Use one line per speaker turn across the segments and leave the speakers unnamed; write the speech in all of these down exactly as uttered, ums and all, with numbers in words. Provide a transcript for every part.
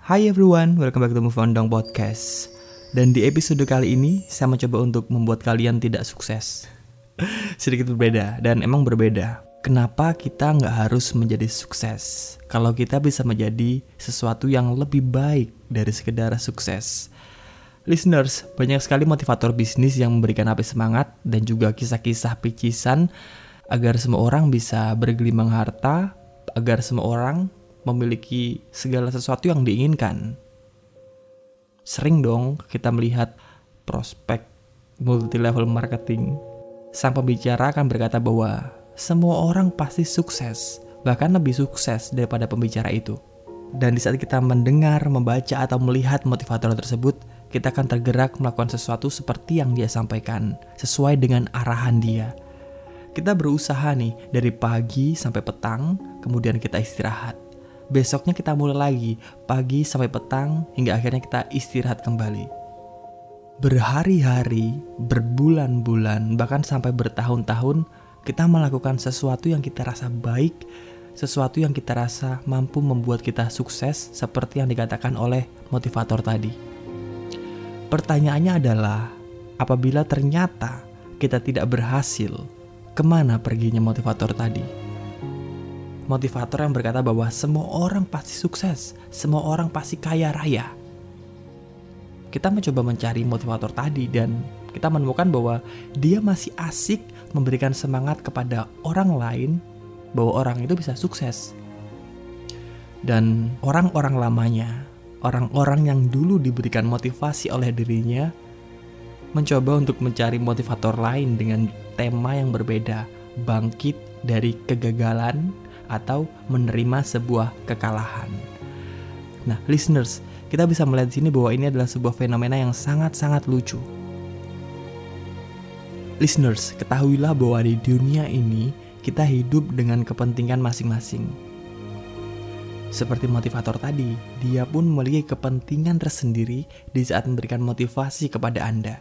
Hi everyone, welcome back to Move On Dong Podcast. Dan di episode kali ini saya mencoba untuk membuat kalian tidak sukses. Sedikit berbeda, dan emang berbeda. Kenapa kita nggak harus menjadi sukses kalau kita bisa menjadi sesuatu yang lebih baik dari sekedar sukses? Listeners, banyak sekali motivator bisnis yang memberikan api semangat dan juga kisah-kisah picisan agar semua orang bisa bergelimang harta, agar semua orang memiliki segala sesuatu yang diinginkan. Sering dong kita melihat prospek multi-level marketing. Sang pembicara akan berkata bahwa semua orang pasti sukses, bahkan lebih sukses daripada pembicara itu. Dan di saat kita mendengar, membaca, atau melihat motivator tersebut, kita akan tergerak melakukan sesuatu seperti yang dia sampaikan, sesuai dengan arahan dia. Kita berusaha nih dari pagi sampai petang, kemudian kita istirahat. Besoknya kita mulai lagi, pagi sampai petang, hingga akhirnya kita istirahat kembali. Berhari-hari, berbulan-bulan, bahkan sampai bertahun-tahun, kita melakukan sesuatu yang kita rasa baik, sesuatu yang kita rasa mampu membuat kita sukses, seperti yang dikatakan oleh motivator tadi. Pertanyaannya adalah, apabila ternyata kita tidak berhasil, kemana perginya motivator tadi? Motivator yang berkata bahwa semua orang pasti sukses, semua orang pasti kaya raya. Kita mencoba mencari motivator tadi dan kita menemukan bahwa dia masih asik memberikan semangat kepada orang lain bahwa orang itu bisa sukses. Dan orang-orang lamanya, orang-orang yang dulu diberikan motivasi oleh dirinya, mencoba untuk mencari motivator lain dengan tema yang berbeda, bangkit dari kegagalan atau menerima sebuah kekalahan. Nah, listeners, kita bisa melihat di sini bahwa ini adalah sebuah fenomena yang sangat-sangat lucu. Listeners, ketahuilah bahwa di dunia ini kita hidup dengan kepentingan masing-masing. Seperti motivator tadi, dia pun memiliki kepentingan tersendiri di saat memberikan motivasi kepada Anda.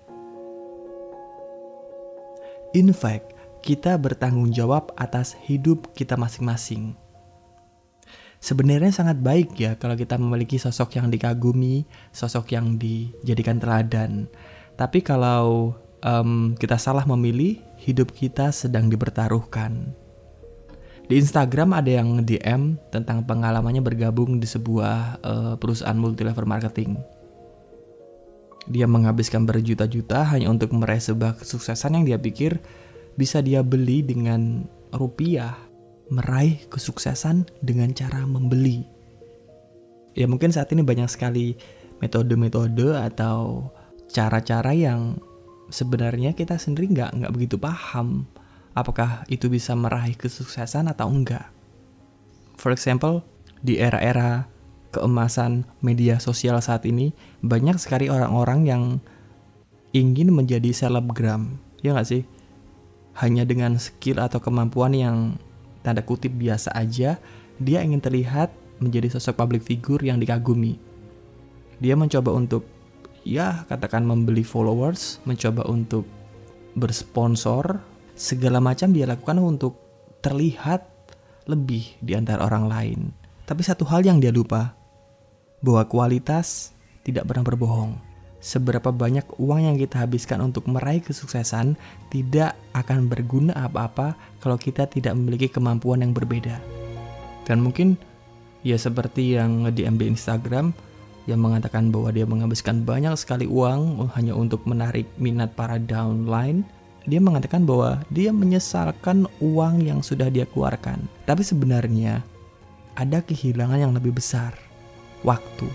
In fact, kita bertanggung jawab atas hidup kita masing-masing. Sebenarnya sangat baik ya kalau kita memiliki sosok yang dikagumi, sosok yang dijadikan teladan. Tapi kalau um, kita salah memilih, hidup kita sedang dipertaruhkan. Di Instagram ada yang D M tentang pengalamannya bergabung di sebuah uh, perusahaan multi-level marketing. Dia menghabiskan berjuta-juta hanya untuk meraih sebuah kesuksesan yang dia pikir bisa dia beli dengan rupiah, meraih kesuksesan dengan cara membeli. Ya mungkin saat ini banyak sekali metode-metode atau cara-cara yang sebenarnya kita sendiri nggak nggak begitu paham apakah itu bisa meraih kesuksesan atau enggak. For example, di era-era keemasan media sosial saat ini, banyak sekali orang-orang yang ingin menjadi selebgram, ya nggak sih? Hanya dengan skill atau kemampuan yang tanda kutip biasa aja, dia ingin terlihat menjadi sosok public figure yang dikagumi. Dia mencoba untuk, ya katakan membeli followers, mencoba untuk bersponsor, segala macam dia lakukan untuk terlihat lebih di antara orang lain. Tapi satu hal yang dia lupa, bahwa kualitas tidak pernah berbohong. Seberapa banyak uang yang kita habiskan untuk meraih kesuksesan tidak akan berguna apa-apa kalau kita tidak memiliki kemampuan yang berbeda. Dan mungkin ya seperti yang di M B Instagram yang mengatakan bahwa dia menghabiskan banyak sekali uang hanya untuk menarik minat para downline. Dia mengatakan bahwa dia menyesalkan uang yang sudah dia keluarkan. Tapi sebenarnya ada kehilangan yang lebih besar, waktu.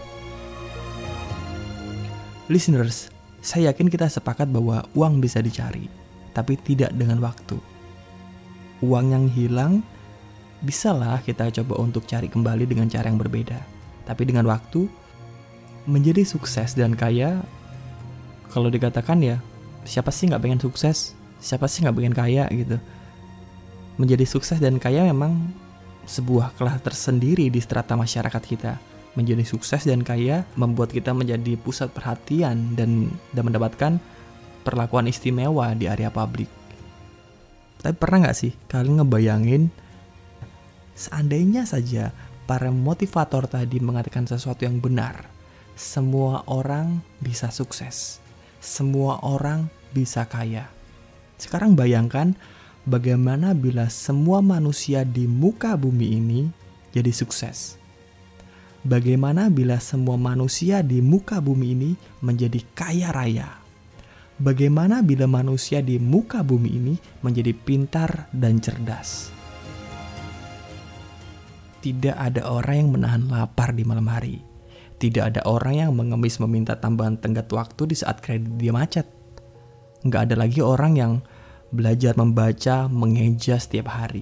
Listeners, saya yakin kita sepakat bahwa uang bisa dicari, tapi tidak dengan waktu. Uang yang hilang, bisalah kita coba untuk cari kembali dengan cara yang berbeda. Tapi dengan waktu, menjadi sukses dan kaya, kalau dikatakan ya, siapa sih gak pengen sukses? Siapa sih gak pengen kaya gitu? Menjadi sukses dan kaya memang sebuah kelas tersendiri di strata masyarakat kita. Menjadi sukses dan kaya membuat kita menjadi pusat perhatian dan, dan mendapatkan perlakuan istimewa di area publik. Tapi pernah gak sih kalian ngebayangin seandainya saja para motivator tadi mengatakan sesuatu yang benar. Semua orang bisa sukses. Semua orang bisa kaya. Sekarang bayangkan bagaimana bila semua manusia di muka bumi ini jadi sukses. Bagaimana bila semua manusia di muka bumi ini menjadi kaya raya? Bagaimana bila manusia di muka bumi ini menjadi pintar dan cerdas? Tidak ada orang yang menahan lapar di malam hari. Tidak ada orang yang mengemis meminta tambahan tenggat waktu di saat kredit dia macet. Nggak ada lagi orang yang belajar membaca, mengeja setiap hari.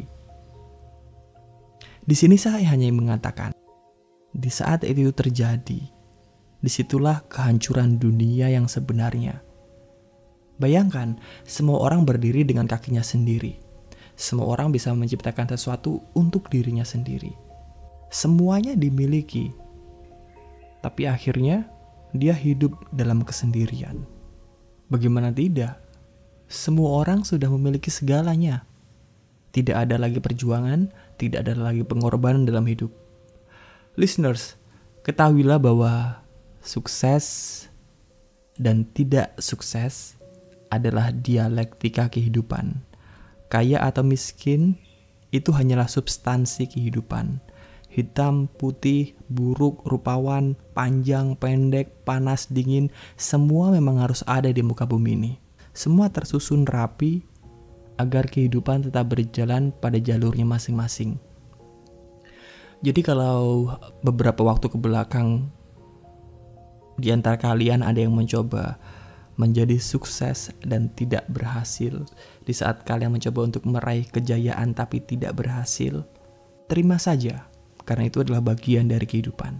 Di sini saya hanya mengatakan, di saat itu terjadi, disitulah kehancuran dunia yang sebenarnya. Bayangkan, semua orang berdiri dengan kakinya sendiri. Semua orang bisa menciptakan sesuatu untuk dirinya sendiri. Semuanya dimiliki. Tapi akhirnya, dia hidup dalam kesendirian. Bagaimana tidak? Semua orang sudah memiliki segalanya. Tidak ada lagi perjuangan, tidak ada lagi pengorbanan dalam hidup. Listeners, ketahuilah bahwa sukses dan tidak sukses adalah dialektika kehidupan. Kaya atau miskin itu hanyalah substansi kehidupan. Hitam, putih, buruk, rupawan, panjang, pendek, panas, dingin, semua memang harus ada di muka bumi ini. Semua tersusun rapi agar kehidupan tetap berjalan pada jalurnya masing-masing. Jadi kalau beberapa waktu ke belakang di antara kalian ada yang mencoba menjadi sukses dan tidak berhasil, di saat kalian mencoba untuk meraih kejayaan tapi tidak berhasil, terima saja, karena itu adalah bagian dari kehidupan.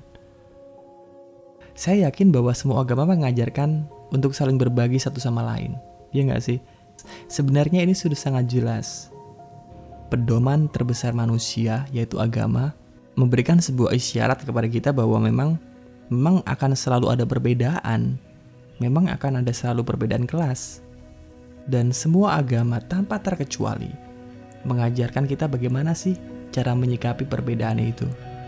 Saya yakin bahwa semua agama mengajarkan untuk saling berbagi satu sama lain, ya nggak sih? Sebenarnya ini sudah sangat jelas. Pedoman terbesar manusia, yaitu agama, memberikan sebuah isyarat kepada kita bahwa memang memang akan selalu ada perbedaan. Memang akan ada selalu perbedaan kelas. Dan semua agama tanpa terkecuali mengajarkan kita bagaimana sih cara menyikapi perbedaan itu.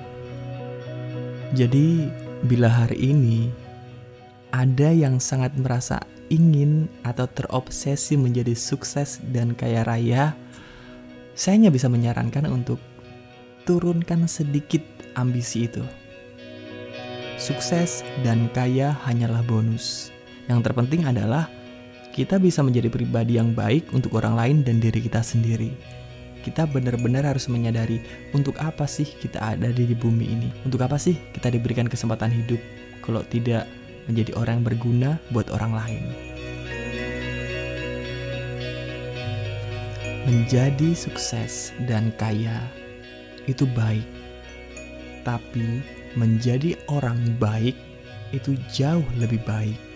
Jadi, bila hari ini ada yang sangat merasa ingin atau terobsesi menjadi sukses dan kaya raya, saya hanya bisa menyarankan untuk turunkan sedikit ambisi itu. Sukses dan kaya hanyalah bonus. Yang terpenting adalah kita bisa menjadi pribadi yang baik untuk orang lain dan diri kita sendiri. Kita benar-benar harus menyadari untuk apa sih kita ada di bumi ini. Untuk apa sih kita diberikan kesempatan hidup kalau tidak menjadi orang yang berguna buat orang lain. Menjadi sukses dan kaya itu baik. Tapi menjadi orang baik itu jauh lebih baik.